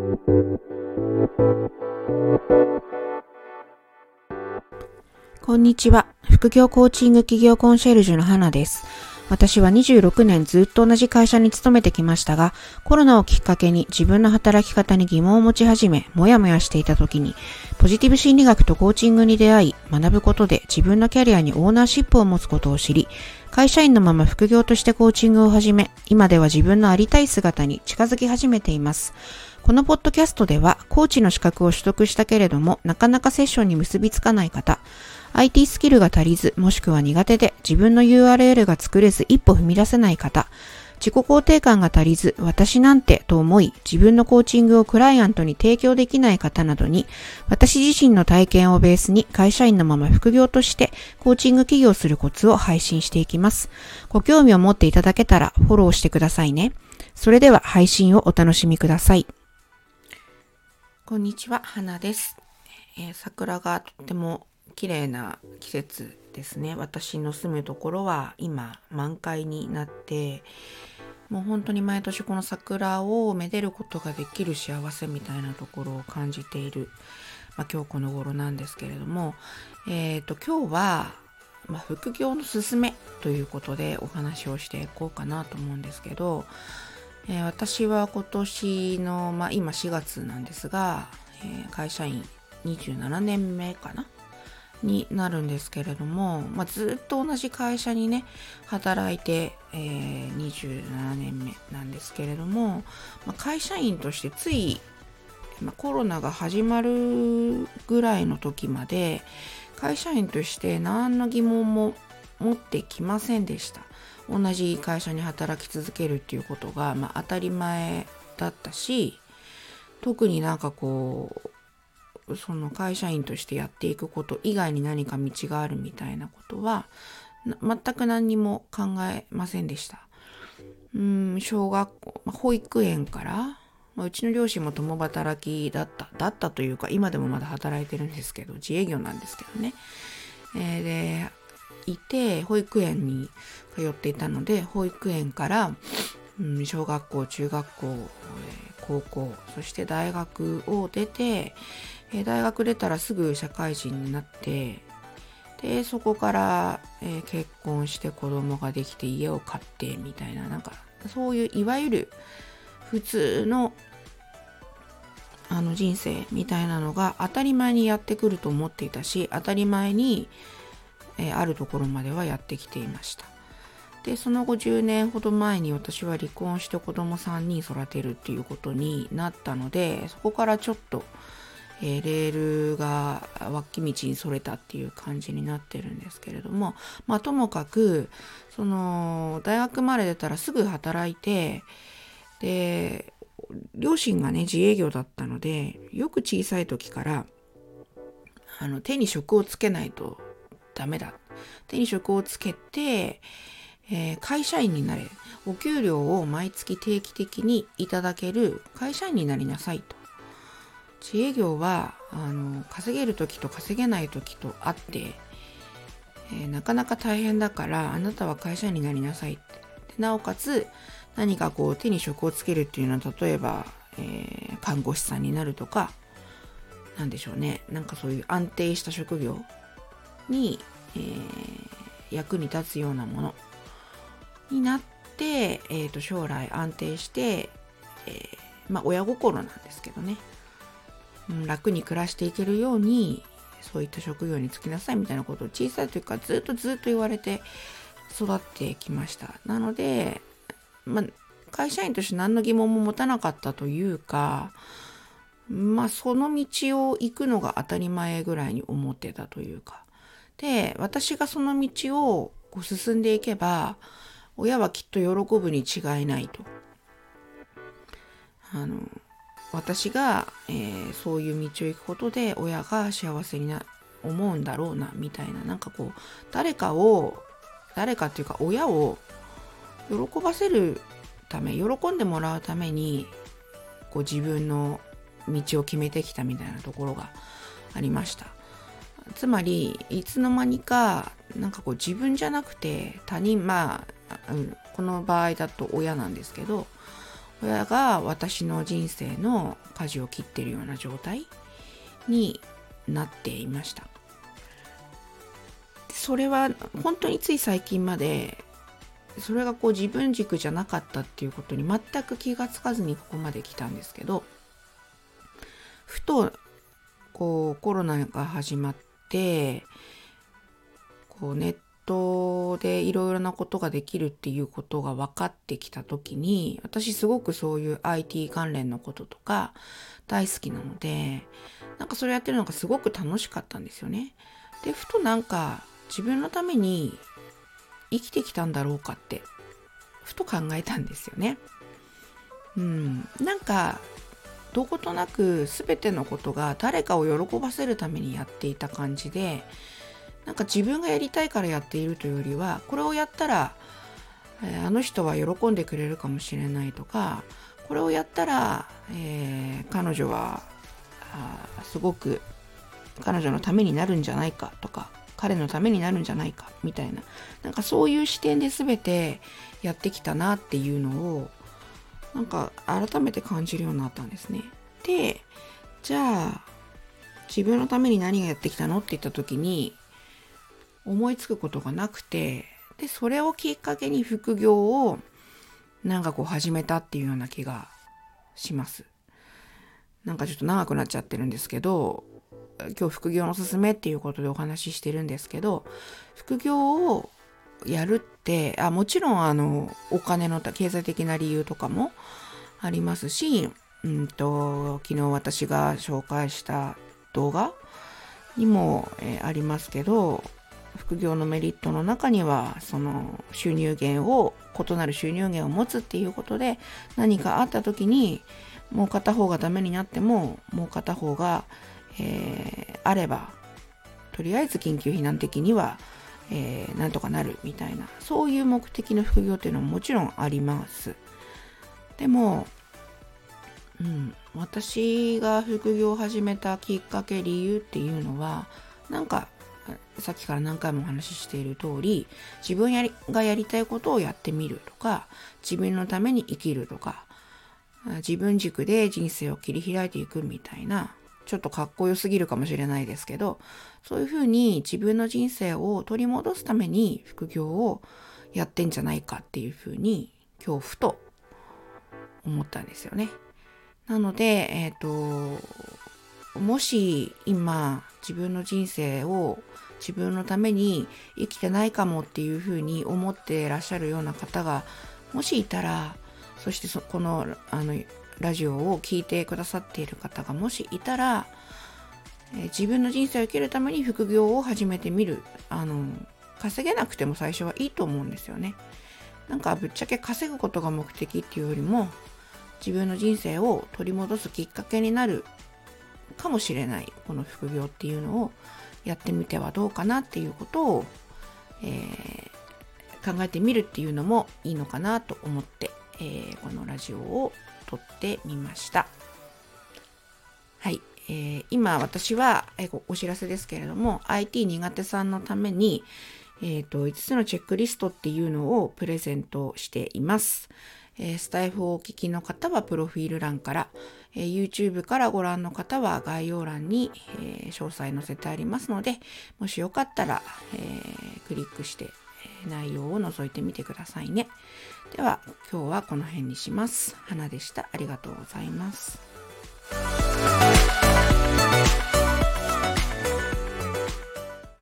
こんにちは。副業コーチング企業コンシェルジュの花です。私は26年ずっと同じ会社に勤めてきましたが、コロナをきっかけに自分の働き方に疑問を持ち始め、もやもやしていた時に、ポジティブ心理学とコーチングに出会い、学ぶことで自分のキャリアにオーナーシップを持つことを知り、会社員のまま副業としてコーチングを始め、今では自分のありたい姿に近づき始めています。このポッドキャストでは、コーチの資格を取得したけれども、なかなかセッションに結びつかない方、IT スキルが足りず、もしくは苦手で自分の URL が作れず一歩踏み出せない方、自己肯定感が足りず、私なんてと思い、自分のコーチングをクライアントに提供できない方などに、私自身の体験をベースに会社員のまま副業としてコーチング起業するコツを配信していきます。ご興味を持っていただけたらフォローしてくださいね。それでは配信をお楽しみください。こんにちは、花です。桜がとっても綺麗な季節ですね。私の住むところは今満開になって、もう本当に毎年この桜をめでることができる幸せみたいなところを感じている、今日この頃なんですけれども、今日は、副業のすすめということでお話をしていこうかなと思うんですけど、私は今年の、今4月なんですが、会社員27年目かなになるんですけれども、ずっと同じ会社にね働いて、27年目なんですけれども、会社員としてつい、コロナが始まるぐらいの時まで会社員として何の疑問も持ってきませんでした。同じ会社に働き続けるっていうことが、当たり前だったし、特にその会社員としてやっていくこと以外に何か道があるみたいなことは全く何にも考えませんでした。小学校、保育園から、うちの両親も共働きだったというか、今でもまだ働いてるんですけど、自営業なんですけどね。でいて、保育園に通っていたので、保育園から、小学校、中学校、高校、そして大学を出て、大学出たらすぐ社会人になって、でそこから、結婚して子供ができて家を買ってみたいな、そういういわゆる普通の人生みたいなのが当たり前にやってくると思っていたし、当たり前に、あるところまではやってきていました。でその後10年ほど前に私は離婚して子供3人育てるっていうことになったので、そこからちょっと、レールが脇道にそれたっていう感じになってるんですけれども、ともかくその大学まで出たらすぐ働いて、で両親がね自営業だったので、よく小さい時から手に職をつけないとダメだ、手に職をつけて、会社員になれ、お給料を毎月定期的にいただける会社員になりなさいと。自営業は稼げる時と稼げない時とあって、なかなか大変だから、あなたは会社員になりなさいって。でなおかつ何か手に職をつけるっていうのは、例えば、看護師さんになるとか、なんでしょうね、そういう安定した職業に、役に立つようなものになって、将来安定して、親心なんですけどね、楽に暮らしていけるようにそういった職業に就きなさいみたいなことを小さい時からずっと言われて育ってきました。なので、会社員として何の疑問も持たなかったというか、その道を行くのが当たり前ぐらいに思ってたというか、で私がその道を進んでいけば親はきっと喜ぶに違いないと。私が、そういう道を行くことで親が幸せに思うんだろうなみたいな、誰かっていうか親を喜ばせるため、喜んでもらうために自分の道を決めてきたみたいなところがありました。つまりいつの間にか自分じゃなくて他人、この場合だと親なんですけど、 それが私の人生の舵を切っているような状態になっていました。それは本当につい最近までそれが自分軸じゃなかったっていうことに全く気がつかずにここまで来たんですけど、ふとコロナが始まってネットでいろいろなことができるっていうことが分かってきた時に、私すごくそういう IT 関連のこととか大好きなので、それやってるのがすごく楽しかったんですよね。で、ふと自分のために生きてきたんだろうかってふと考えたんですよね。どことなく全てのことが誰かを喜ばせるためにやっていた感じで、自分がやりたいからやっているというよりは、これをやったら、あの人は喜んでくれるかもしれないとか、これをやったら、彼女はすごく彼女のためになるんじゃないかとか、彼のためになるんじゃないかみたいな、そういう視点で全てやってきたなっていうのを改めて感じるようになったんですね。で、じゃあ自分のために何がやってきたのって言った時に思いつくことがなくて、でそれをきっかけに副業を始めたっていうような気がします。ちょっと長くなっちゃってるんですけど、今日副業のおすすめっていうことでお話ししてるんですけど、副業をやるってもちろんお金の経済的な理由とかもありますし、昨日私が紹介した動画にも、ありますけど、副業のメリットの中にはその異なる収入源を持つっていうことで、何かあった時にもう片方がダメになってももう片方が、あればとりあえず緊急避難的には、なんとかなるみたいな、そういう目的の副業っていうのももちろんあります。でも私が副業を始めたきっかけ理由っていうのはさっきから何回もお話ししている通り、自分がやりたいことをやってみるとか、自分のために生きるとか、自分軸で人生を切り開いていくみたいな、ちょっとかっこよすぎるかもしれないですけど、そういうふうに自分の人生を取り戻すために副業をやってんじゃないかっていうふうに今日ふと思ったんですよね。なので、もし今自分の人生を自分のために生きてないかもっていうふうに思っていらっしゃるような方がもしいたら、そしてこのラジオを聞いてくださっている方がもしいたら、自分の人生を生きるために副業を始めてみる。稼げなくても最初はいいと思うんですよね。ぶっちゃけ稼ぐことが目的っていうよりも、自分の人生を取り戻すきっかけになるかもしれないこの副業っていうのをやってみてはどうかなっていうことを、考えてみるっていうのもいいのかなと思って、このラジオを撮ってみました。はい、今私はお知らせですけれども、 IT 苦手さんのために、5つのチェックリストっていうのをプレゼントしています。スタイフをお聞きの方はプロフィール欄から、YouTube からご覧の方は概要欄に、詳細載せてありますので、もしよかったら、クリックして内容を覗いてみてくださいね。では今日はこの辺にします。花でした。ありがとうございます。